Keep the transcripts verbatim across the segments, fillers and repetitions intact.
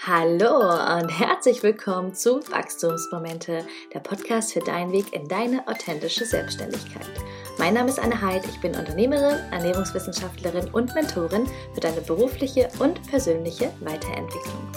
Hallo und herzlich willkommen zu Wachstumsmomente, der Podcast für deinen Weg in deine authentische Selbstständigkeit. Mein Name ist Anne Heid, ich bin Unternehmerin, Ernährungswissenschaftlerin und Mentorin für deine berufliche und persönliche Weiterentwicklung.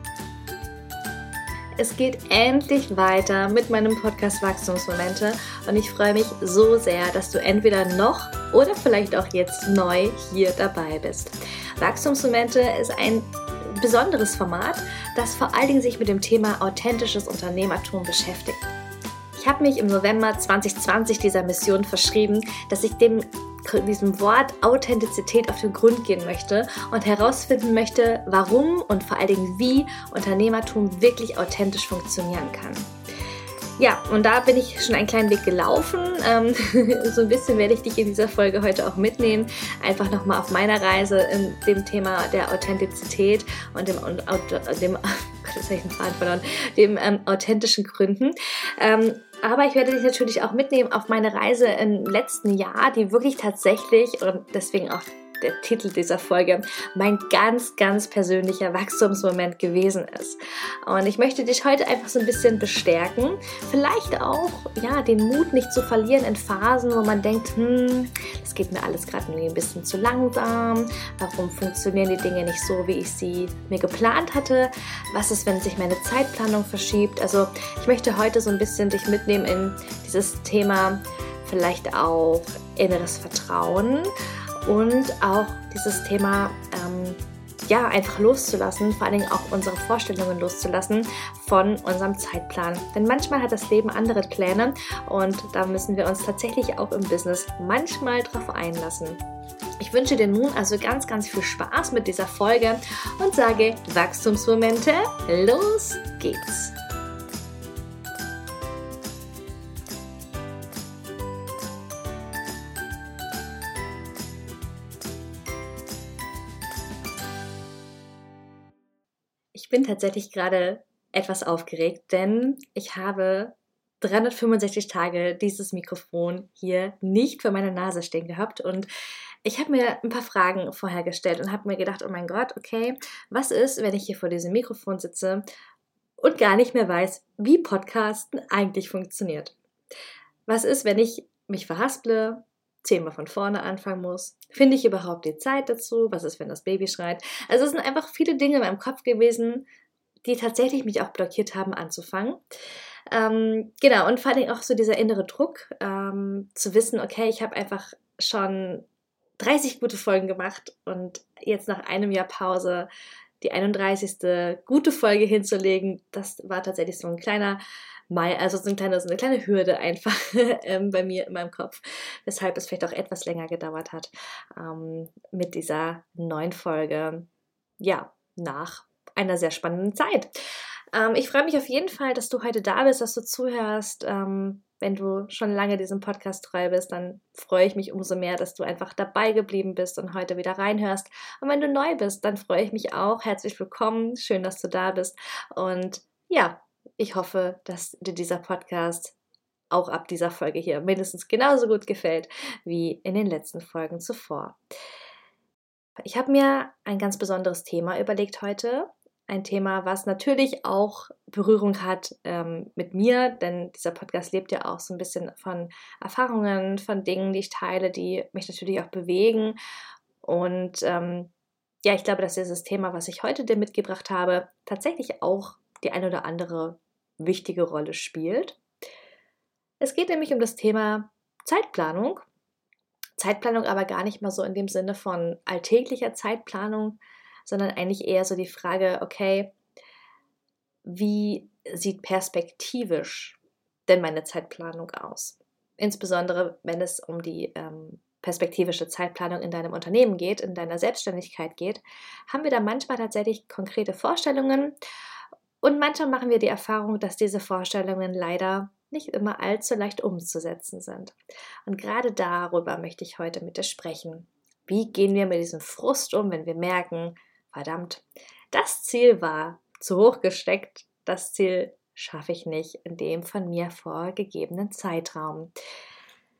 Es geht endlich weiter mit meinem Podcast Wachstumsmomente und ich freue mich so sehr, dass du entweder noch oder vielleicht auch jetzt neu hier dabei bist. Wachstumsmomente ist ein besonderes Format, das vor allen Dingen sich mit dem Thema authentisches Unternehmertum beschäftigt. Ich habe mich im November zwanzig zwanzig dieser Mission verschrieben, dass ich dem, diesem Wort Authentizität auf den Grund gehen möchte und herausfinden möchte, warum und vor allen Dingen wie Unternehmertum wirklich authentisch funktionieren kann. Ja, und da bin ich schon einen kleinen Weg gelaufen. Ähm, so ein bisschen werde ich dich in dieser Folge heute auch mitnehmen. Einfach nochmal auf meiner Reise in dem Thema der Authentizität und dem, und, dem, das habe ich einen Faden verloren, dem ähm, authentischen Gründen. Ähm, aber ich werde dich natürlich auch mitnehmen auf meine Reise im letzten Jahr, die wirklich tatsächlich, und deswegen auch der Titel dieser Folge, mein ganz, ganz persönlicher Wachstumsmoment gewesen ist. Und ich möchte dich heute einfach so ein bisschen bestärken, vielleicht auch ja, den Mut nicht zu verlieren in Phasen, wo man denkt, hm, das geht mir alles gerade ein bisschen zu langsam, warum funktionieren die Dinge nicht so, wie ich sie mir geplant hatte, was ist, wenn sich meine Zeitplanung verschiebt. Also ich möchte heute so ein bisschen dich mitnehmen in dieses Thema, vielleicht auch inneres Vertrauen, und auch dieses Thema, ähm, ja, einfach loszulassen, vor allen Dingen auch unsere Vorstellungen loszulassen von unserem Zeitplan. Denn manchmal hat das Leben andere Pläne und da müssen wir uns tatsächlich auch im Business manchmal drauf einlassen. Ich wünsche dir nun also ganz, ganz viel Spaß mit dieser Folge und sage Wachstumsmomente, los geht's! Ich bin tatsächlich gerade etwas aufgeregt, denn ich habe dreihundertfünfundsechzig Tage dieses Mikrofon hier nicht vor meiner Nase stehen gehabt und ich habe mir ein paar Fragen vorher gestellt und habe mir gedacht, oh mein Gott, okay, was ist, wenn ich hier vor diesem Mikrofon sitze und gar nicht mehr weiß, wie Podcasten eigentlich funktioniert? Was ist, wenn ich mich verhasple, zehnmal von vorne anfangen muss? Finde ich überhaupt die Zeit dazu? Was ist, wenn das Baby schreit? Also es sind einfach viele Dinge in meinem Kopf gewesen, die tatsächlich mich auch blockiert haben, anzufangen. Ähm, genau, und vor allem auch so dieser innere Druck, ähm, zu wissen, okay, ich habe einfach schon dreißig gute Folgen gemacht und jetzt nach einem Jahr Pause die einunddreißigste gute Folge hinzulegen, das war tatsächlich so ein kleiner Mai, also so eine kleine, so eine kleine Hürde einfach ähm, bei mir in meinem Kopf, weshalb es vielleicht auch etwas länger gedauert hat ähm, mit dieser neuen Folge, ja, nach einer sehr spannenden Zeit. Ähm, ich freue mich auf jeden Fall, dass du heute da bist, dass du zuhörst. Ähm, wenn du schon lange diesem Podcast treu bist, dann freue ich mich umso mehr, dass du einfach dabei geblieben bist und heute wieder reinhörst. Und wenn du neu bist, dann freue ich mich auch. Herzlich willkommen, schön, dass du da bist. Und ja, ich hoffe, dass dir dieser Podcast auch ab dieser Folge hier mindestens genauso gut gefällt wie in den letzten Folgen zuvor. Ich habe mir ein ganz besonderes Thema überlegt heute. Ein Thema, was natürlich auch Berührung hat ähm, mit mir, denn dieser Podcast lebt ja auch so ein bisschen von Erfahrungen, von Dingen, die ich teile, die mich natürlich auch bewegen. Und ähm, ja, ich glaube, dass dieses Thema, was ich heute dir mitgebracht habe, tatsächlich auch die eine oder andere wichtige Rolle spielt. Es geht nämlich um das Thema Zeitplanung. Zeitplanung aber gar nicht mal so in dem Sinne von alltäglicher Zeitplanung, sondern eigentlich eher so die Frage, okay, wie sieht perspektivisch denn meine Zeitplanung aus? Insbesondere, wenn es um die ähm, perspektivische Zeitplanung in deinem Unternehmen geht, in deiner Selbstständigkeit geht, haben wir da manchmal tatsächlich konkrete Vorstellungen und manchmal machen wir die Erfahrung, dass diese Vorstellungen leider nicht immer allzu leicht umzusetzen sind. Und gerade darüber möchte ich heute mit dir sprechen. Wie gehen wir mit diesem Frust um, wenn wir merken, verdammt, das Ziel war zu hoch gesteckt, das Ziel schaffe ich nicht in dem von mir vorgegebenen Zeitraum.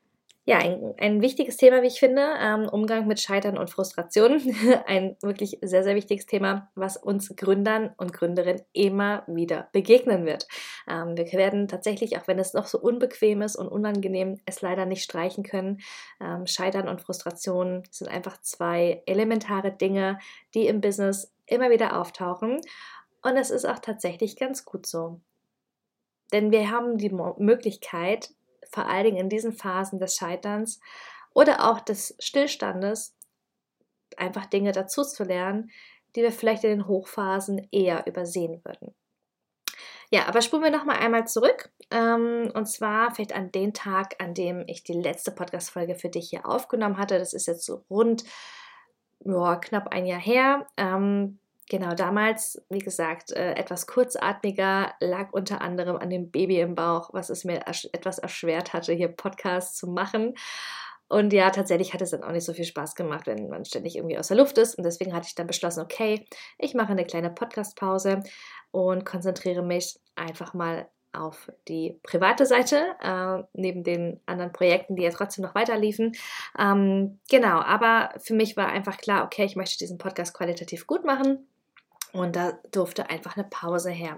Ja, ein, ein wichtiges Thema, wie ich finde, ähm, Umgang mit Scheitern und Frustration. Ein wirklich sehr, sehr wichtiges Thema, was uns Gründern und Gründerinnen immer wieder begegnen wird. Ähm, wir werden tatsächlich, auch wenn es noch so unbequem ist und unangenehm, es leider nicht streichen können. Ähm, Scheitern und Frustration sind einfach zwei elementare Dinge, die im Business immer wieder auftauchen. Und es ist auch tatsächlich ganz gut so. Denn wir haben die Mo- Möglichkeit, vor allen Dingen in diesen Phasen des Scheiterns oder auch des Stillstandes, einfach Dinge dazu zu lernen, die wir vielleicht in den Hochphasen eher übersehen würden. Ja, aber spulen wir nochmal einmal zurück, ähm, und zwar vielleicht an den Tag, an dem ich die letzte Podcast-Folge für dich hier aufgenommen hatte. Das ist jetzt so rund, ja, knapp ein Jahr her. Ähm, Genau, damals, wie gesagt, äh, etwas kurzatmiger, lag unter anderem an dem Baby im Bauch, was es mir ersch- etwas erschwert hatte, hier Podcasts zu machen. Und ja, tatsächlich hat es dann auch nicht so viel Spaß gemacht, wenn man ständig irgendwie aus der Luft ist. Und deswegen hatte ich dann beschlossen, okay, ich mache eine kleine Podcast-Pause und konzentriere mich einfach mal auf die private Seite, äh, neben den anderen Projekten, die ja trotzdem noch weiterliefen. Ähm, genau, aber für mich war einfach klar, okay, ich möchte diesen Podcast qualitativ gut machen. Und da durfte einfach eine Pause her.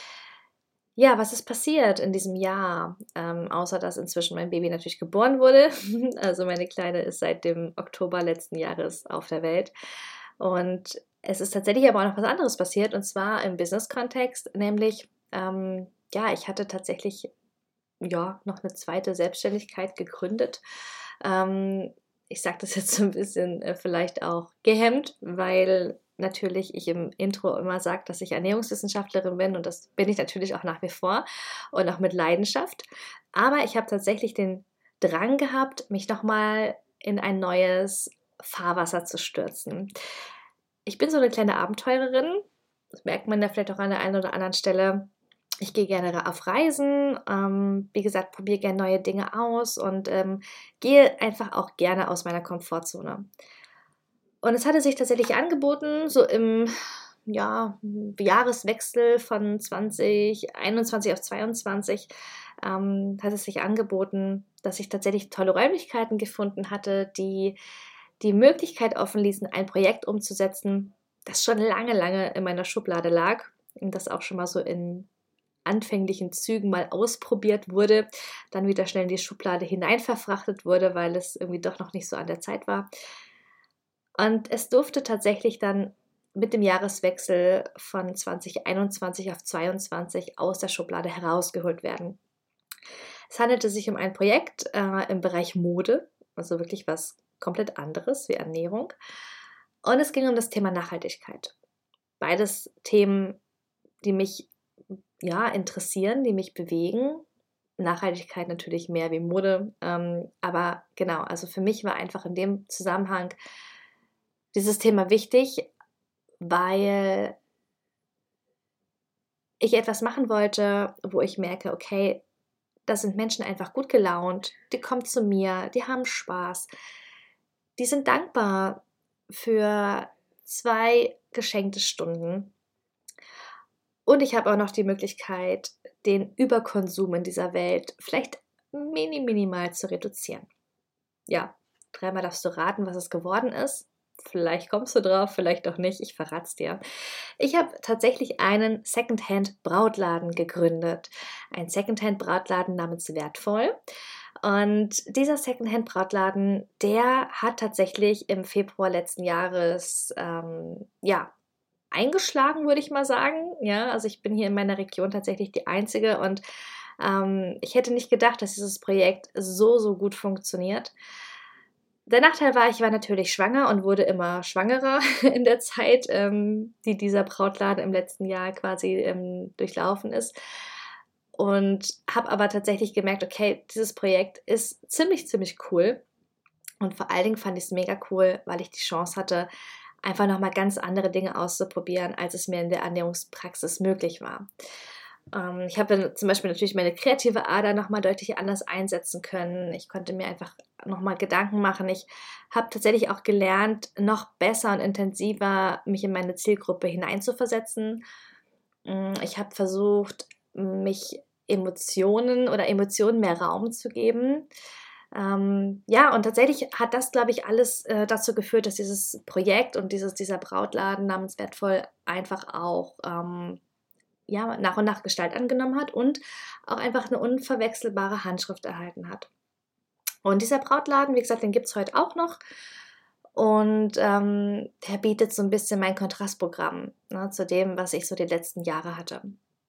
Ja, was ist passiert in diesem Jahr? Ähm, außer dass inzwischen mein Baby natürlich geboren wurde. Also meine Kleine ist seit dem Oktober letzten Jahres auf der Welt. Und es ist tatsächlich aber auch noch was anderes passiert, und zwar im Business-Kontext, nämlich, ähm, ja, ich hatte tatsächlich ja, noch eine zweite Selbstständigkeit gegründet. Ähm, Ich sage das jetzt so ein bisschen äh, vielleicht auch gehemmt, weil natürlich ich im Intro immer sage, dass ich Ernährungswissenschaftlerin bin, und das bin ich natürlich auch nach wie vor und auch mit Leidenschaft. Aber ich habe tatsächlich den Drang gehabt, mich nochmal in ein neues Fahrwasser zu stürzen. Ich bin so eine kleine Abenteurerin, das merkt man ja vielleicht auch an der einen oder anderen Stelle. Ich gehe gerne auf Reisen, ähm, wie gesagt, probiere gerne neue Dinge aus und ähm, gehe einfach auch gerne aus meiner Komfortzone. Und es hatte sich tatsächlich angeboten, so im ja, Jahreswechsel von zwanzig einundzwanzig auf zweiundzwanzig, ähm, hat es sich angeboten, dass ich tatsächlich tolle Räumlichkeiten gefunden hatte, die die Möglichkeit offen ließen, ein Projekt umzusetzen, das schon lange, lange in meiner Schublade lag und das auch schon mal so in anfänglichen Zügen mal ausprobiert wurde, dann wieder schnell in die Schublade hinein verfrachtet wurde, weil es irgendwie doch noch nicht so an der Zeit war. Und es durfte tatsächlich dann mit dem Jahreswechsel von zwanzig einundzwanzig auf zweiundzwanzig aus der Schublade herausgeholt werden. Es handelte sich um ein Projekt äh, im Bereich Mode, also wirklich was komplett anderes wie Ernährung. Und es ging um das Thema Nachhaltigkeit. Beides Themen, die mich ja interessieren, die mich bewegen. Nachhaltigkeit natürlich mehr wie Mode, ähm, aber genau, also für mich war einfach in dem Zusammenhang dieses Thema wichtig, weil ich etwas machen wollte, wo ich merke, okay, da sind Menschen einfach gut gelaunt, die kommen zu mir, die haben Spaß, die sind dankbar für zwei geschenkte Stunden. Und ich habe auch noch die Möglichkeit, den Überkonsum in dieser Welt vielleicht mini minimal zu reduzieren. Ja, dreimal darfst du raten, was es geworden ist. Vielleicht kommst du drauf, vielleicht auch nicht, ich verrate es dir. Ich habe tatsächlich einen Secondhand-Brautladen gegründet. Ein Secondhand-Brautladen namens Wertvoll. Und dieser Secondhand-Brautladen, der hat tatsächlich im Februar letzten Jahres, ähm, ja, eingeschlagen, würde ich mal sagen. Ja, also ich bin hier in meiner Region tatsächlich die Einzige, und ähm, ich hätte nicht gedacht, dass dieses Projekt so, so gut funktioniert. Der Nachteil war, ich war natürlich schwanger und wurde immer schwangerer in der Zeit, ähm, die dieser Brautladen im letzten Jahr quasi ähm, durchlaufen ist. Und habe aber tatsächlich gemerkt, okay, dieses Projekt ist ziemlich, ziemlich cool. Und vor allen Dingen fand ich es mega cool, weil ich die Chance hatte, einfach nochmal ganz andere Dinge auszuprobieren, als es mir in der Ernährungspraxis möglich war. Ähm, ich habe dann zum Beispiel natürlich meine kreative Ader nochmal deutlich anders einsetzen können. Ich konnte mir einfach nochmal Gedanken machen. Ich habe tatsächlich auch gelernt, noch besser und intensiver mich in meine Zielgruppe hineinzuversetzen. Mm, Ich habe versucht, mich Emotionen oder Emotionen mehr Raum zu geben. Ähm, ja, und tatsächlich hat das, glaube ich, alles äh, dazu geführt, dass dieses Projekt und dieses, dieser Brautladen namens Wertvoll einfach auch ähm, ja, nach und nach Gestalt angenommen hat und auch einfach eine unverwechselbare Handschrift erhalten hat. Und dieser Brautladen, wie gesagt, den gibt es heute auch noch. Und ähm, der bietet so ein bisschen mein Kontrastprogramm, ne, zu dem, was ich so die letzten Jahre hatte.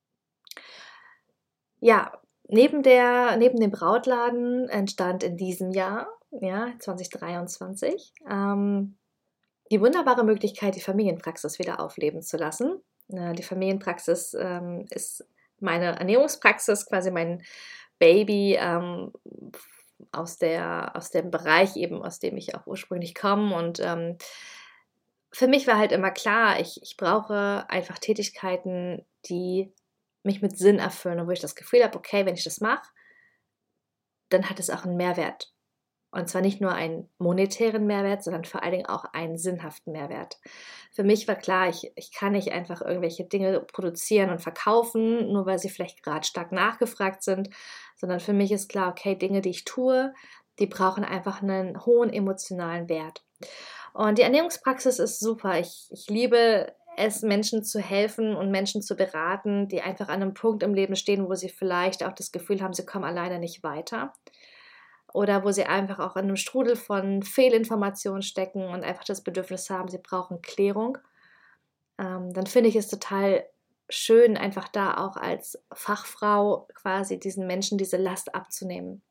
Ja, neben, der, neben dem Brautladen entstand in diesem Jahr, ja, zwanzig dreiundzwanzig, ähm, die wunderbare Möglichkeit, die Familienpraxis wieder aufleben zu lassen. Äh, die Familienpraxis ähm, ist meine Ernährungspraxis, quasi mein Baby ähm, aus, der, aus dem Bereich eben, aus dem ich auch ursprünglich komme. Und ähm, für mich war halt immer klar, ich, ich brauche einfach Tätigkeiten, die mich mit Sinn erfüllen und wo ich das Gefühl habe, okay, wenn ich das mache, dann hat es auch einen Mehrwert. Und zwar nicht nur einen monetären Mehrwert, sondern vor allen Dingen auch einen sinnhaften Mehrwert. Für mich war klar, ich, ich kann nicht einfach irgendwelche Dinge produzieren und verkaufen, nur weil sie vielleicht gerade stark nachgefragt sind, sondern für mich ist klar, okay, Dinge, die ich tue, die brauchen einfach einen hohen emotionalen Wert. Und die Ernährungspraxis ist super. Ich, ich liebe es, Menschen zu helfen und Menschen zu beraten, die einfach an einem Punkt im Leben stehen, wo sie vielleicht auch das Gefühl haben, sie kommen alleine nicht weiter. Oder wo sie einfach auch in einem Strudel von Fehlinformationen stecken und einfach das Bedürfnis haben, sie brauchen Klärung. Ähm, dann finde ich es total schön, einfach da auch als Fachfrau quasi diesen Menschen diese Last abzunehmen.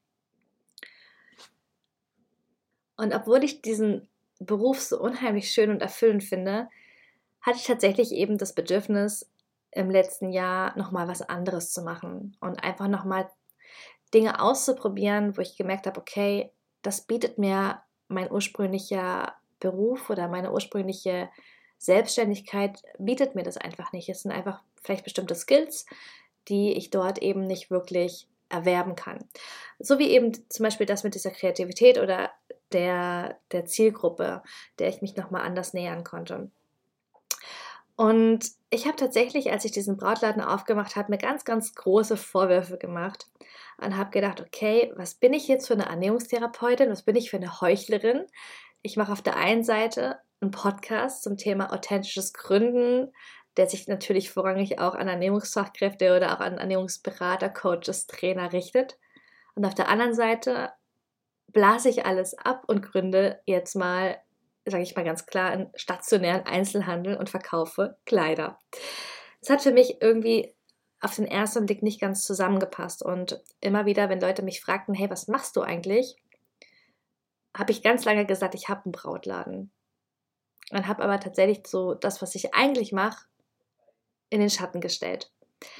Und obwohl ich diesen Beruf so unheimlich schön und erfüllend finde, hatte ich tatsächlich eben das Bedürfnis, im letzten Jahr nochmal was anderes zu machen und einfach nochmal Dinge auszuprobieren, wo ich gemerkt habe, okay, das bietet mir mein ursprünglicher Beruf oder meine ursprüngliche Selbstständigkeit, bietet mir das einfach nicht. Es sind einfach vielleicht bestimmte Skills, die ich dort eben nicht wirklich erwerben kann. So wie eben zum Beispiel das mit dieser Kreativität oder der, der Zielgruppe, der ich mich nochmal anders nähern konnte. Und ich habe tatsächlich, als ich diesen Brautladen aufgemacht habe, mir ganz, ganz große Vorwürfe gemacht und habe gedacht, okay, was bin ich jetzt für eine Ernährungstherapeutin, was bin ich für eine Heuchlerin? Ich mache auf der einen Seite einen Podcast zum Thema authentisches Gründen, der sich natürlich vorrangig auch an Ernährungsfachkräfte oder auch an Ernährungsberater, Coaches, Trainer richtet. Und auf der anderen Seite blase ich alles ab und gründe jetzt mal, sage ich mal ganz klar, einen stationären Einzelhandel und verkaufe Kleider. Das hat für mich irgendwie auf den ersten Blick nicht ganz zusammengepasst. Und immer wieder, wenn Leute mich fragten, hey, was machst du eigentlich? Habe ich ganz lange gesagt, ich habe einen Brautladen. Und habe aber tatsächlich so das, was ich eigentlich mache, in den Schatten gestellt.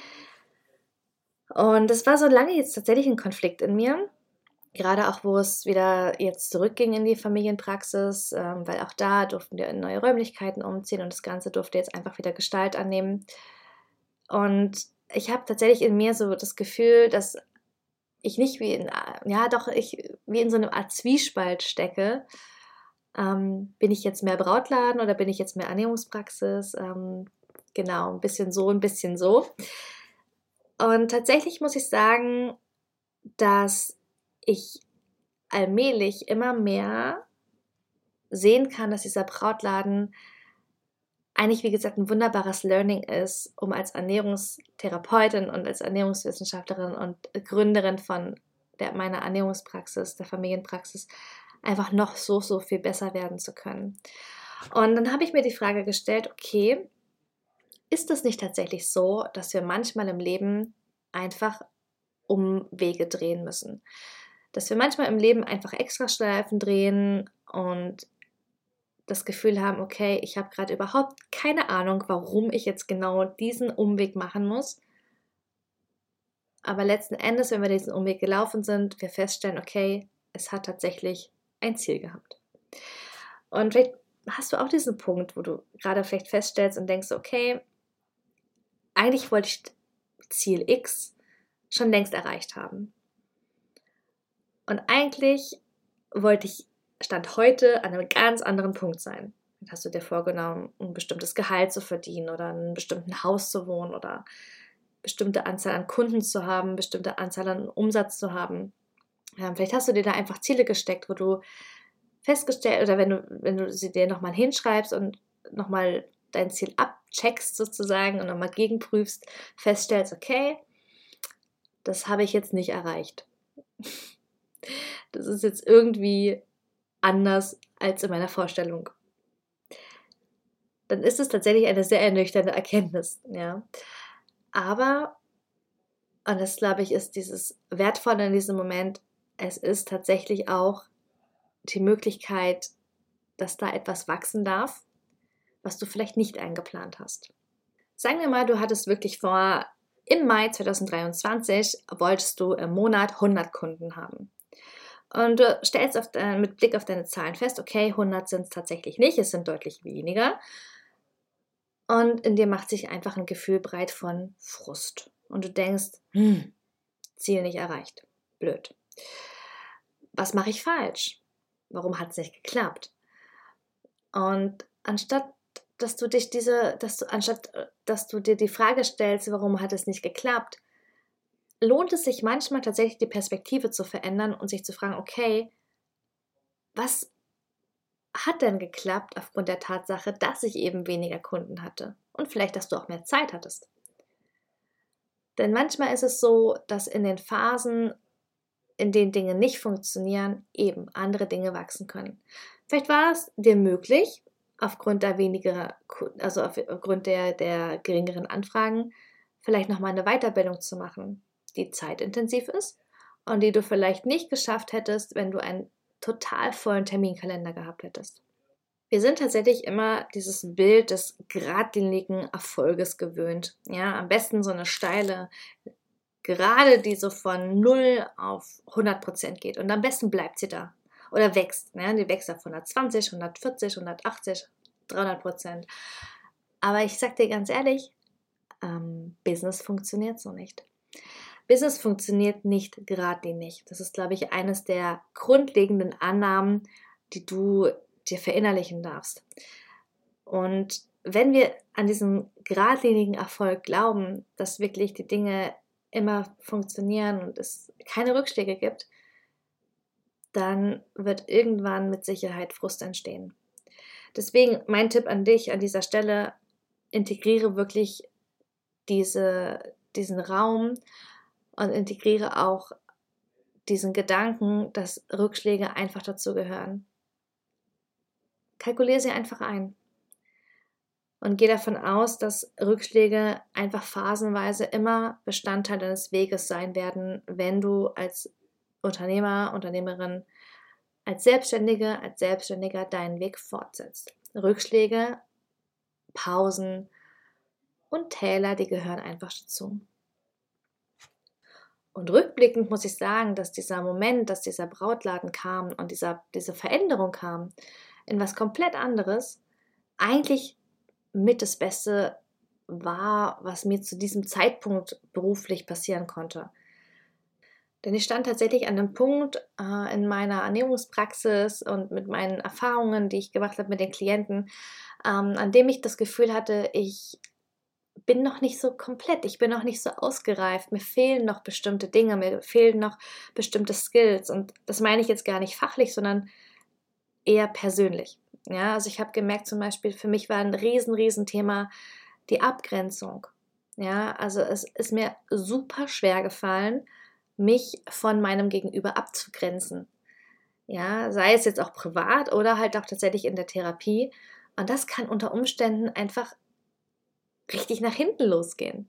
Und das war so lange jetzt tatsächlich ein Konflikt in mir. Gerade auch, wo es wieder jetzt zurückging in die Familienpraxis, ähm, weil auch da durften wir in neue Räumlichkeiten umziehen und das Ganze durfte jetzt einfach wieder Gestalt annehmen. Und ich habe tatsächlich in mir so das Gefühl, dass ich nicht wie in, ja doch, ich wie in so einer Art Zwiespalt stecke. Ähm, bin ich jetzt mehr Brautladen oder bin ich jetzt mehr Ernährungspraxis? Ähm, genau, ein bisschen so, ein bisschen so. Und tatsächlich muss ich sagen, dass ich allmählich immer mehr sehen kann, dass dieser Brautladen eigentlich, wie gesagt, ein wunderbares Learning ist, um als Ernährungstherapeutin und als Ernährungswissenschaftlerin und Gründerin von der, meiner Ernährungspraxis, der Familienpraxis, einfach noch so, so viel besser werden zu können. Und dann habe ich mir die Frage gestellt, okay, ist es nicht tatsächlich so, dass wir manchmal im Leben einfach Umwege drehen müssen? Dass wir manchmal im Leben einfach Extraschleifen drehen und das Gefühl haben, okay, ich habe gerade überhaupt keine Ahnung, warum ich jetzt genau diesen Umweg machen muss. Aber letzten Endes, wenn wir diesen Umweg gelaufen sind, wir feststellen, okay, es hat tatsächlich ein Ziel gehabt. Und vielleicht hast du auch diesen Punkt, wo du gerade vielleicht feststellst und denkst, okay, eigentlich wollte ich Ziel X schon längst erreicht haben. Und eigentlich wollte ich Stand heute an einem ganz anderen Punkt sein. Dann hast du dir vorgenommen, ein bestimmtes Gehalt zu verdienen oder in einem bestimmten Haus zu wohnen oder bestimmte Anzahl an Kunden zu haben, bestimmte Anzahl an Umsatz zu haben. Ja, vielleicht hast du dir da einfach Ziele gesteckt, wo du festgestellt, oder wenn du, wenn du sie dir nochmal hinschreibst und nochmal dein Ziel abcheckst sozusagen und nochmal gegenprüfst, feststellst, okay, das habe ich jetzt nicht erreicht. Das ist jetzt irgendwie anders als in meiner Vorstellung. Dann ist es tatsächlich eine sehr ernüchternde Erkenntnis, ja. Aber, und das glaube ich ist dieses Wertvolle in diesem Moment, es ist tatsächlich auch die Möglichkeit, dass da etwas wachsen darf, was du vielleicht nicht eingeplant hast. Sagen wir mal, du hattest wirklich vor, im Mai zweitausenddreiundzwanzig wolltest du im Monat hundert Kunden haben. Und du stellst auf de- mit Blick auf deine Zahlen fest, okay, hundert sind es tatsächlich nicht, es sind deutlich weniger. Und in dir macht sich einfach ein Gefühl breit von Frust. Und du denkst, hm, Ziel nicht erreicht. Blöd. Was mache ich falsch? Warum hat es nicht geklappt? Und anstatt dass du dich diese, dass du, anstatt dass du dir die Frage stellst, warum hat es nicht geklappt, lohnt es sich manchmal tatsächlich die Perspektive zu verändern und sich zu fragen, okay, was hat denn geklappt aufgrund der Tatsache, dass ich eben weniger Kunden hatte und vielleicht, dass du auch mehr Zeit hattest. Denn manchmal ist es so, dass in den Phasen, in denen Dinge nicht funktionieren, eben andere Dinge wachsen können. Vielleicht war es dir möglich, aufgrund der weniger, also aufgrund der, der geringeren Anfragen, vielleicht nochmal eine Weiterbildung zu machen, die zeitintensiv ist und die du vielleicht nicht geschafft hättest, wenn du einen total vollen Terminkalender gehabt hättest. Wir sind tatsächlich immer dieses Bild des geradlinigen Erfolges gewöhnt. Ja, am besten so eine steile Gerade, die so von null auf hundert Prozent geht. Und am besten bleibt sie da. Oder wächst. Ne? Die wächst auf hundertzwanzig, hundertvierzig, hundertachtzig, dreihundert Prozent. Aber ich sag dir ganz ehrlich, ähm, Business funktioniert so nicht. Business funktioniert nicht geradlinig. Das ist, glaube ich, eines der grundlegenden Annahmen, die du dir verinnerlichen darfst. Und wenn wir an diesen geradlinigen Erfolg glauben, dass wirklich die Dinge immer funktionieren und es keine Rückschläge gibt, dann wird irgendwann mit Sicherheit Frust entstehen. Deswegen mein Tipp an dich an dieser Stelle, integriere wirklich diese, diesen Raum und integriere auch diesen Gedanken, dass Rückschläge einfach dazu gehören. Kalkuliere sie einfach ein. Und gehe davon aus, dass Rückschläge einfach phasenweise immer Bestandteil deines Weges sein werden, wenn du als Unternehmer, Unternehmerin, als Selbstständige, als Selbstständiger deinen Weg fortsetzt. Rückschläge, Pausen und Täler, die gehören einfach dazu. Und rückblickend muss ich sagen, dass dieser Moment, dass dieser Brautladen kam und dieser, diese Veränderung kam in was komplett anderes, eigentlich mit das Beste war, was mir zu diesem Zeitpunkt beruflich passieren konnte. Denn ich stand tatsächlich an einem Punkt äh, in meiner Ernährungspraxis und mit meinen Erfahrungen, die ich gemacht habe mit den Klienten, ähm, an dem ich das Gefühl hatte, ich bin noch nicht so komplett, ich bin noch nicht so ausgereift, mir fehlen noch bestimmte Dinge, mir fehlen noch bestimmte Skills. Und das meine ich jetzt gar nicht fachlich, sondern eher persönlich. Ja, also ich habe gemerkt zum Beispiel, für mich war ein riesen, riesen Thema die Abgrenzung. Ja, also es ist mir super schwer gefallen, mich von meinem Gegenüber abzugrenzen. Ja, sei es jetzt auch privat oder halt auch tatsächlich in der Therapie. Und das kann unter Umständen einfach richtig nach hinten losgehen.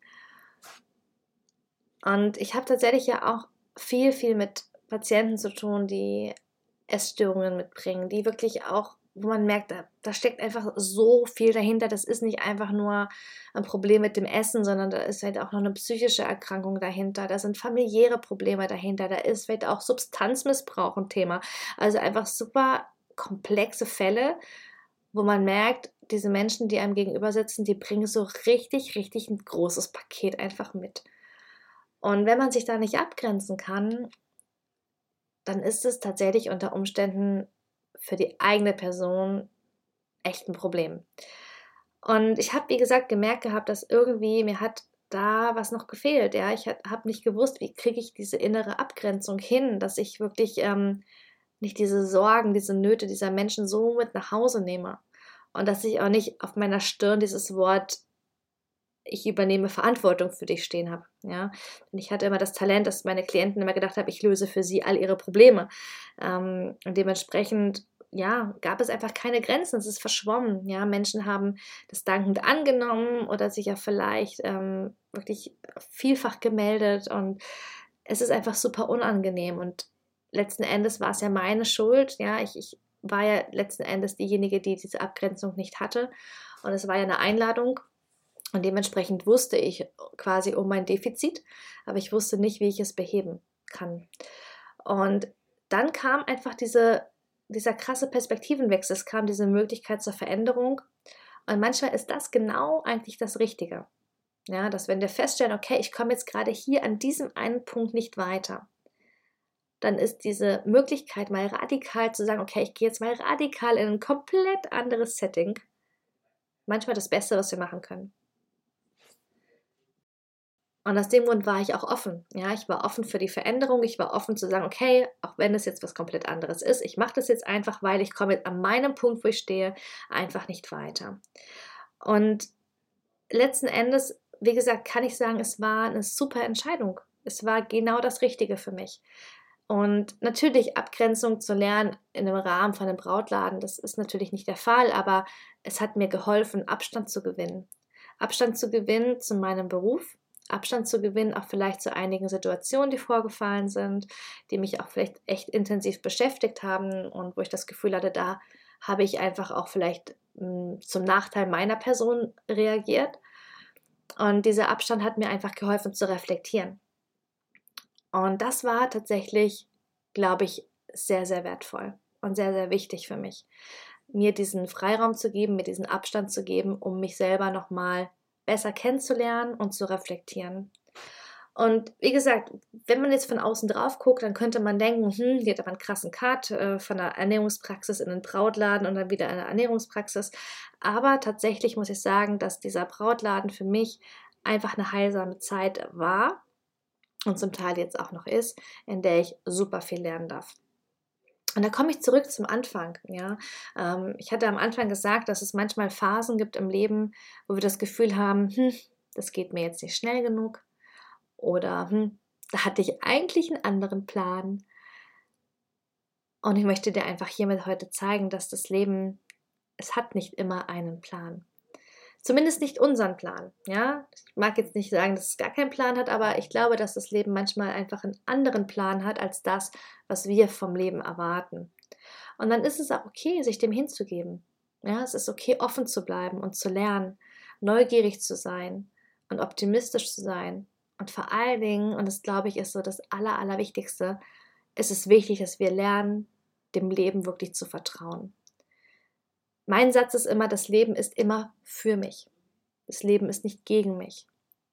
Und ich habe tatsächlich ja auch viel, viel mit Patienten zu tun, die Essstörungen mitbringen, die wirklich auch, wo man merkt, da, da steckt einfach so viel dahinter. Das ist nicht einfach nur ein Problem mit dem Essen, sondern da ist halt auch noch eine psychische Erkrankung dahinter. Da sind familiäre Probleme dahinter. Da ist vielleicht auch Substanzmissbrauch ein Thema. Also einfach super komplexe Fälle, wo man merkt, diese Menschen, die einem gegenüber sitzen, die bringen so richtig, richtig ein großes Paket einfach mit. Und wenn man sich da nicht abgrenzen kann, dann ist es tatsächlich unter Umständen für die eigene Person echt ein Problem. Und ich habe, wie gesagt, gemerkt gehabt, dass irgendwie mir hat da was noch gefehlt. Ja, ich habe nicht gewusst, wie kriege ich diese innere Abgrenzung hin, dass ich wirklich ähm, nicht diese Sorgen, diese Nöte dieser Menschen so mit nach Hause nehme und dass ich auch nicht auf meiner Stirn dieses Wort ich übernehme Verantwortung für dich stehen habe. Ja? Und ich hatte immer das Talent, dass meine Klienten immer gedacht haben, ich löse für sie all ihre Probleme. Ähm, und dementsprechend ja, gab es einfach keine Grenzen, es ist verschwommen. Ja? Menschen haben das dankend angenommen oder sich ja vielleicht ähm, wirklich vielfach gemeldet und es ist einfach super unangenehm und letzten Endes war es ja meine Schuld. Ja? Ich, ich war ja letzten Endes diejenige, die diese Abgrenzung nicht hatte und es war ja eine Einladung. Und dementsprechend wusste ich quasi um mein Defizit, aber ich wusste nicht, wie ich es beheben kann. Und dann kam einfach diese, dieser krasse Perspektivenwechsel, es kam diese Möglichkeit zur Veränderung. Und manchmal ist das genau eigentlich das Richtige. Ja, dass wenn wir feststellen, okay, ich komme jetzt gerade hier an diesem einen Punkt nicht weiter, dann ist diese Möglichkeit mal radikal zu sagen, okay, ich gehe jetzt mal radikal in ein komplett anderes Setting, manchmal das Beste, was wir machen können. Und aus dem Grund war ich auch offen. Ja, ich war offen für die Veränderung. Ich war offen zu sagen, okay, auch wenn es jetzt was komplett anderes ist, ich mache das jetzt einfach, weil ich komme jetzt an meinem Punkt, wo ich stehe, einfach nicht weiter. Und letzten Endes, wie gesagt, kann ich sagen, es war eine super Entscheidung. Es war genau das Richtige für mich. Und natürlich Abgrenzung zu lernen in einem Rahmen von einem Brautladen, das ist natürlich nicht der Fall, aber es hat mir geholfen, Abstand zu gewinnen. Abstand zu gewinnen zu meinem Beruf, Abstand zu gewinnen, auch vielleicht zu einigen Situationen, die vorgefallen sind, die mich auch vielleicht echt intensiv beschäftigt haben und wo ich das Gefühl hatte, da habe ich einfach auch vielleicht mh, zum Nachteil meiner Person reagiert. Und dieser Abstand hat mir einfach geholfen zu reflektieren. Und das war tatsächlich, glaube ich, sehr, sehr wertvoll und sehr, sehr wichtig für mich, mir diesen Freiraum zu geben, mir diesen Abstand zu geben, um mich selber nochmal besser kennenzulernen und zu reflektieren. Und wie gesagt, wenn man jetzt von außen drauf guckt, dann könnte man denken, hm, die hat aber einen krassen Cut äh, von der Ernährungspraxis in den Brautladen und dann wieder in der Ernährungspraxis. Aber tatsächlich muss ich sagen, dass dieser Brautladen für mich einfach eine heilsame Zeit war und zum Teil jetzt auch noch ist, in der ich super viel lernen darf. Und da komme ich zurück zum Anfang. Ja. Ähm, ich hatte am Anfang gesagt, dass es manchmal Phasen gibt im Leben, wo wir das Gefühl haben, hm, das geht mir jetzt nicht schnell genug. Oder hm, da hatte ich eigentlich einen anderen Plan. Und ich möchte dir einfach hiermit heute zeigen, dass das Leben, es hat nicht immer einen Plan. Zumindest nicht unseren Plan. Ja? Ich mag jetzt nicht sagen, dass es gar keinen Plan hat, aber ich glaube, dass das Leben manchmal einfach einen anderen Plan hat als das, was wir vom Leben erwarten. Und dann ist es auch okay, sich dem hinzugeben. Ja, es ist okay, offen zu bleiben und zu lernen, neugierig zu sein und optimistisch zu sein. Und vor allen Dingen, und das glaube ich ist so das Aller, Allerwichtigste, ist es wichtig, dass wir lernen, dem Leben wirklich zu vertrauen. Mein Satz ist immer, das Leben ist immer für mich. Das Leben ist nicht gegen mich.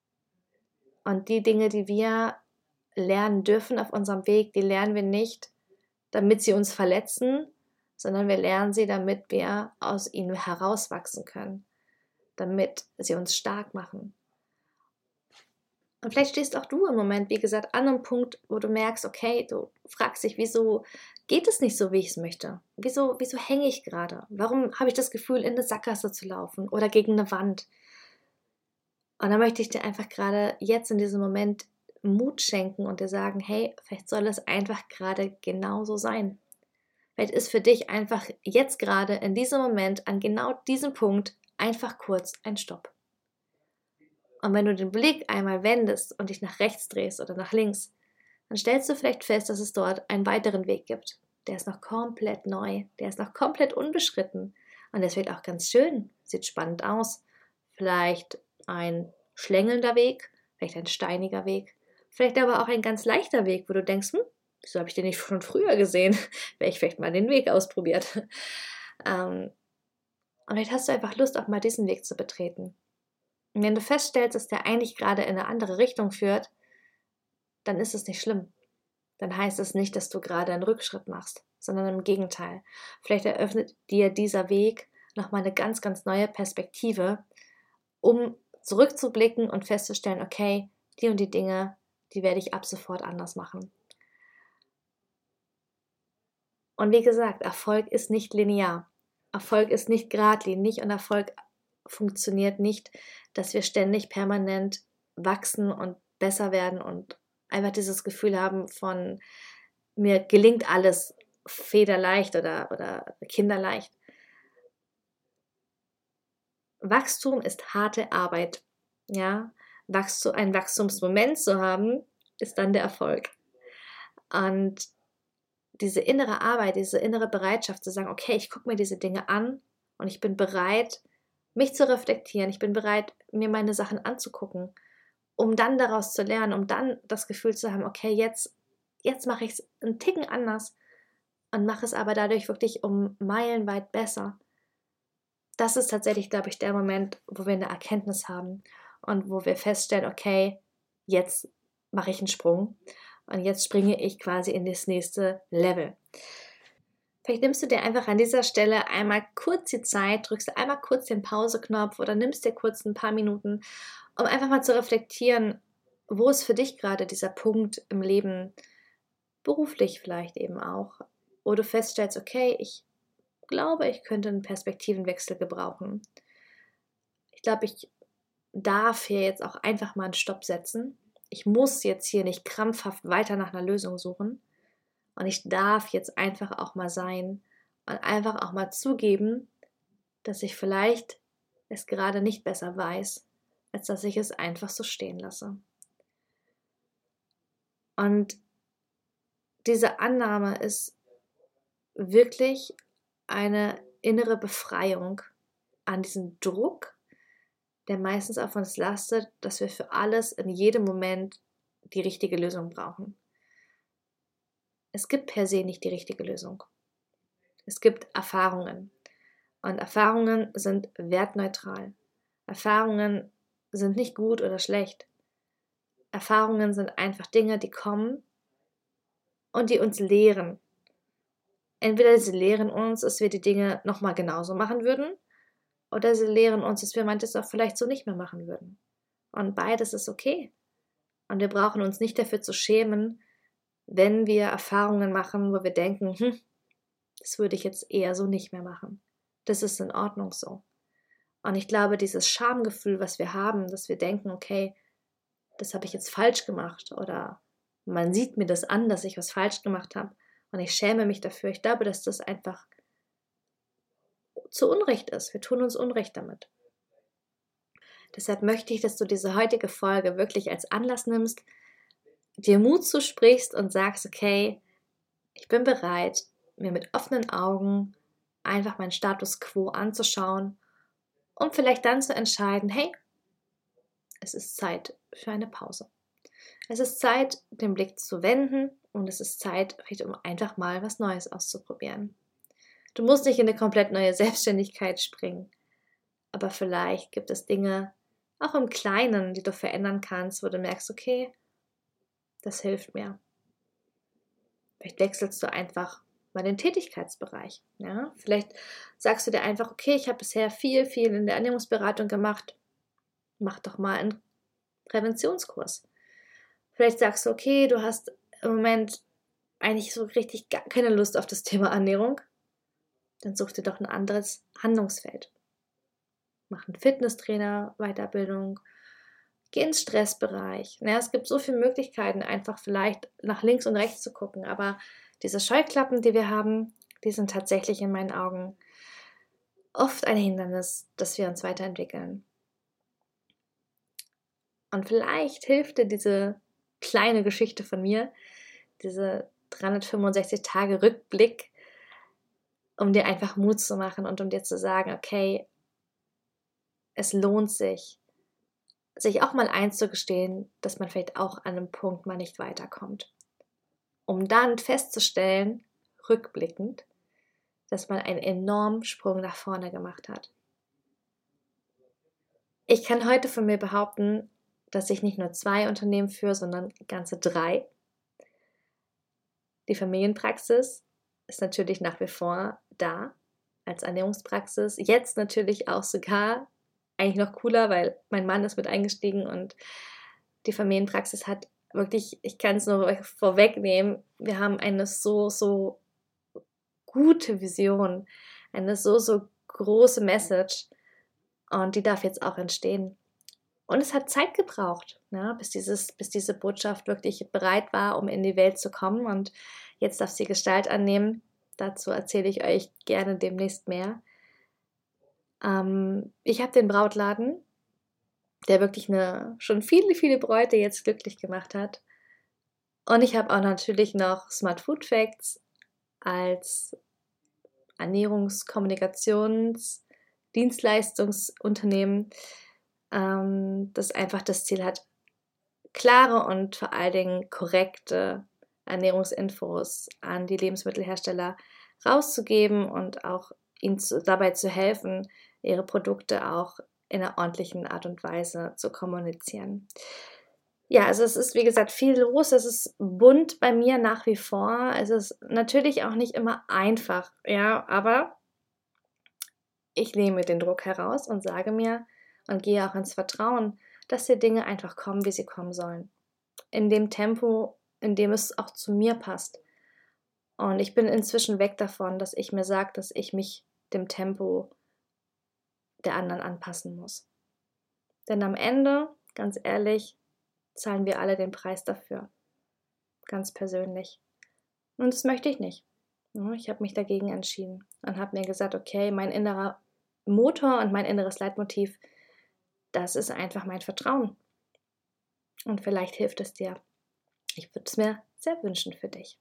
Und die Dinge, die wir lernen dürfen auf unserem Weg, die lernen wir nicht, damit sie uns verletzen, sondern wir lernen sie, damit wir aus ihnen herauswachsen können, damit sie uns stark machen. Und vielleicht stehst auch du im Moment, wie gesagt, an einem Punkt, wo du merkst, okay, du fragst dich, wieso geht es nicht so, wie ich es möchte? Wieso, wieso hänge ich gerade? Warum habe ich das Gefühl, in eine Sackgasse zu laufen oder gegen eine Wand? Und dann möchte ich dir einfach gerade jetzt in diesem Moment Mut schenken und dir sagen, hey, vielleicht soll es einfach gerade genauso sein. Vielleicht ist für dich einfach jetzt gerade in diesem Moment, an genau diesem Punkt, einfach kurz ein Stopp. Und wenn du den Blick einmal wendest und dich nach rechts drehst oder nach links, dann stellst du vielleicht fest, dass es dort einen weiteren Weg gibt. Der ist noch komplett neu, der ist noch komplett unbeschritten. Und der ist vielleicht auch ganz schön, sieht spannend aus. Vielleicht ein schlängelnder Weg, vielleicht ein steiniger Weg, vielleicht aber auch ein ganz leichter Weg, wo du denkst, hm, wieso habe ich den nicht schon früher gesehen? Wäre ich vielleicht mal den Weg ausprobiert. Ähm, und vielleicht hast du einfach Lust, auch mal diesen Weg zu betreten. Und wenn du feststellst, dass der eigentlich gerade in eine andere Richtung führt, dann ist es nicht schlimm. Dann heißt es nicht, dass du gerade einen Rückschritt machst, sondern im Gegenteil. Vielleicht eröffnet dir dieser Weg nochmal eine ganz, ganz neue Perspektive, um zurückzublicken und festzustellen, okay, die und die Dinge, die werde ich ab sofort anders machen. Und wie gesagt, Erfolg ist nicht linear. Erfolg ist nicht geradlinig und Erfolg funktioniert nicht, dass wir ständig permanent wachsen und besser werden und einfach dieses Gefühl haben von, mir gelingt alles federleicht oder, oder kinderleicht. Wachstum ist harte Arbeit. Ja? Wachstum, ein Wachstumsmoment zu haben, ist dann der Erfolg. Und diese innere Arbeit, diese innere Bereitschaft zu sagen, okay, ich gucke mir diese Dinge an und ich bin bereit, mich zu reflektieren. Ich bin bereit, mir meine Sachen anzugucken, um dann daraus zu lernen, um dann das Gefühl zu haben, okay, jetzt, jetzt mache ich es einen Ticken anders und mache es aber dadurch wirklich um meilenweit besser. Das ist tatsächlich, glaube ich, der Moment, wo wir eine Erkenntnis haben und wo wir feststellen, okay, jetzt mache ich einen Sprung und jetzt springe ich quasi in das nächste Level. Vielleicht nimmst du dir einfach an dieser Stelle einmal kurz die Zeit, drückst einmal kurz den Pause-Knopf oder nimmst dir kurz ein paar Minuten, um einfach mal zu reflektieren, wo ist für dich gerade dieser Punkt im Leben, beruflich vielleicht eben auch, wo du feststellst, okay, ich glaube, ich könnte einen Perspektivenwechsel gebrauchen. Ich glaube, ich darf hier jetzt auch einfach mal einen Stopp setzen. Ich muss jetzt hier nicht krampfhaft weiter nach einer Lösung suchen. Und ich darf jetzt einfach auch mal sein und einfach auch mal zugeben, dass ich vielleicht es gerade nicht besser weiß, als dass ich es einfach so stehen lasse. Und diese Annahme ist wirklich eine innere Befreiung an diesem Druck, der meistens auf uns lastet, dass wir für alles in jedem Moment die richtige Lösung brauchen. Es gibt per se nicht die richtige Lösung. Es gibt Erfahrungen. Und Erfahrungen sind wertneutral. Erfahrungen sind nicht gut oder schlecht. Erfahrungen sind einfach Dinge, die kommen und die uns lehren. Entweder sie lehren uns, dass wir die Dinge nochmal genauso machen würden, oder sie lehren uns, dass wir manches auch vielleicht so nicht mehr machen würden. Und beides ist okay. Und wir brauchen uns nicht dafür zu schämen, wenn wir Erfahrungen machen, wo wir denken, hm, das würde ich jetzt eher so nicht mehr machen. Das ist in Ordnung so. Und ich glaube, dieses Schamgefühl, was wir haben, dass wir denken, okay, das habe ich jetzt falsch gemacht oder man sieht mir das an, dass ich was falsch gemacht habe und ich schäme mich dafür. Ich glaube, dass das einfach zu Unrecht ist. Wir tun uns Unrecht damit. Deshalb möchte ich, dass du diese heutige Folge wirklich als Anlass nimmst, dir Mut zusprichst und sagst, okay, ich bin bereit, mir mit offenen Augen einfach meinen Status quo anzuschauen, um vielleicht dann zu entscheiden, hey, es ist Zeit für eine Pause. Es ist Zeit, den Blick zu wenden und es ist Zeit, vielleicht um einfach mal was Neues auszuprobieren. Du musst nicht in eine komplett neue Selbstständigkeit springen, aber vielleicht gibt es Dinge, auch im Kleinen, die du verändern kannst, wo du merkst, okay, das hilft mir. Vielleicht wechselst du einfach mal den Tätigkeitsbereich. Ja? Vielleicht sagst du dir einfach, okay, ich habe bisher viel, viel in der Ernährungsberatung gemacht. Mach doch mal einen Präventionskurs. Vielleicht sagst du, okay, du hast im Moment eigentlich so richtig gar keine Lust auf das Thema Ernährung. Dann such dir doch ein anderes Handlungsfeld. Mach einen Fitnesstrainer, Weiterbildung, geh ins Stressbereich. Ja, es gibt so viele Möglichkeiten, einfach vielleicht nach links und rechts zu gucken. Aber diese Scheuklappen, die wir haben, die sind tatsächlich in meinen Augen oft ein Hindernis, dass wir uns weiterentwickeln. Und vielleicht hilft dir diese kleine Geschichte von mir, diese dreihundertfünfundsechzig Tage Rückblick, um dir einfach Mut zu machen und um dir zu sagen, okay, es lohnt sich, sich auch mal einzugestehen, dass man vielleicht auch an einem Punkt mal nicht weiterkommt. Um dann festzustellen, rückblickend, dass man einen enormen Sprung nach vorne gemacht hat. Ich kann heute von mir behaupten, dass ich nicht nur zwei Unternehmen führe, sondern ganze drei. Die Familienpraxis ist natürlich nach wie vor da als Ernährungspraxis. Jetzt natürlich auch sogar eigentlich noch cooler, weil mein Mann ist mit eingestiegen und die Familienpraxis hat wirklich, ich kann es nur vorwegnehmen, wir haben eine so, so gute Vision, eine so, so große Message und die darf jetzt auch entstehen. Und es hat Zeit gebraucht, ne, bis, dieses, bis diese Botschaft wirklich bereit war, um in die Welt zu kommen. Und jetzt darf sie Gestalt annehmen. Dazu erzähle ich euch gerne demnächst mehr. Ähm, ich habe den Brautladen, der wirklich eine, schon viele, viele Bräute jetzt glücklich gemacht hat. Und ich habe auch natürlich noch Smart Food Facts als Ernährungskommunikations- Dienstleistungsunternehmen, ähm, das einfach das Ziel hat, klare und vor allen Dingen korrekte Ernährungsinfos an die Lebensmittelhersteller rauszugeben und auch ihnen zu, dabei zu helfen, ihre Produkte auch in einer ordentlichen Art und Weise zu kommunizieren. Ja, also es ist wie gesagt viel los, es ist bunt bei mir nach wie vor, es ist natürlich auch nicht immer einfach, ja, aber ich nehme den Druck heraus und sage mir und gehe auch ins Vertrauen, dass die Dinge einfach kommen, wie sie kommen sollen. In dem Tempo, in dem es auch zu mir passt. Und ich bin inzwischen weg davon, dass ich mir sage, dass ich mich dem Tempo der anderen anpassen muss. Denn am Ende, ganz ehrlich, zahlen wir alle den Preis dafür. Ganz persönlich. Und das möchte ich nicht. Ich habe mich dagegen entschieden und habe mir gesagt, okay, mein innerer Motor und mein inneres Leitmotiv, das ist einfach mein Vertrauen. Und vielleicht hilft es dir. Ich würde es mir sehr wünschen für dich.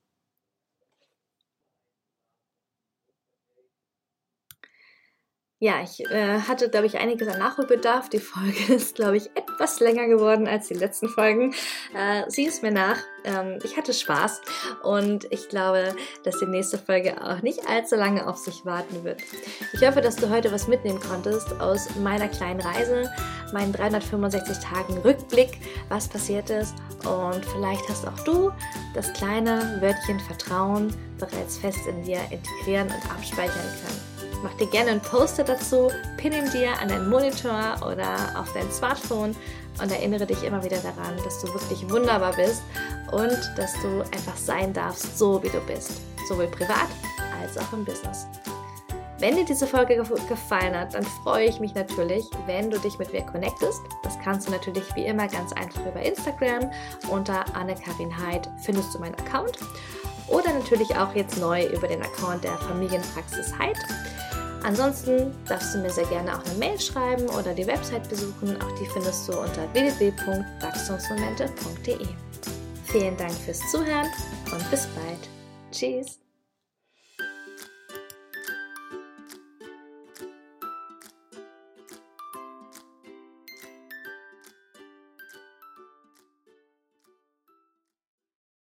Ja, ich äh, hatte, glaube ich, einiges an Nachholbedarf. Die Folge ist, glaube ich, etwas länger geworden als die letzten Folgen. Äh, sieh es mir nach. Ähm, ich hatte Spaß und ich glaube, dass die nächste Folge auch nicht allzu lange auf sich warten wird. Ich hoffe, dass du heute was mitnehmen konntest aus meiner kleinen Reise, meinen dreihundertfünfundsechzig Tagen Rückblick, was passiert ist. Und vielleicht hast auch du das kleine Wörtchen Vertrauen bereits fest in dir integrieren und abspeichern können. Mach dir gerne einen Poster dazu, pin ihn dir an deinen Monitor oder auf dein Smartphone und erinnere dich immer wieder daran, dass du wirklich wunderbar bist und dass du einfach sein darfst, so wie du bist, sowohl privat als auch im Business. Wenn dir diese Folge gefallen hat, dann freue ich mich natürlich, wenn du dich mit mir connectest. Das kannst du natürlich wie immer ganz einfach über Instagram. Unter Anne-Karin Heid findest du meinen Account. Oder natürlich auch jetzt neu über den Account der Familienpraxis Heid. Ansonsten darfst du mir sehr gerne auch eine Mail schreiben oder die Website besuchen. Auch die findest du unter w w w punkt wachstumsmomente punkt d e. Vielen Dank fürs Zuhören und bis bald. Tschüss.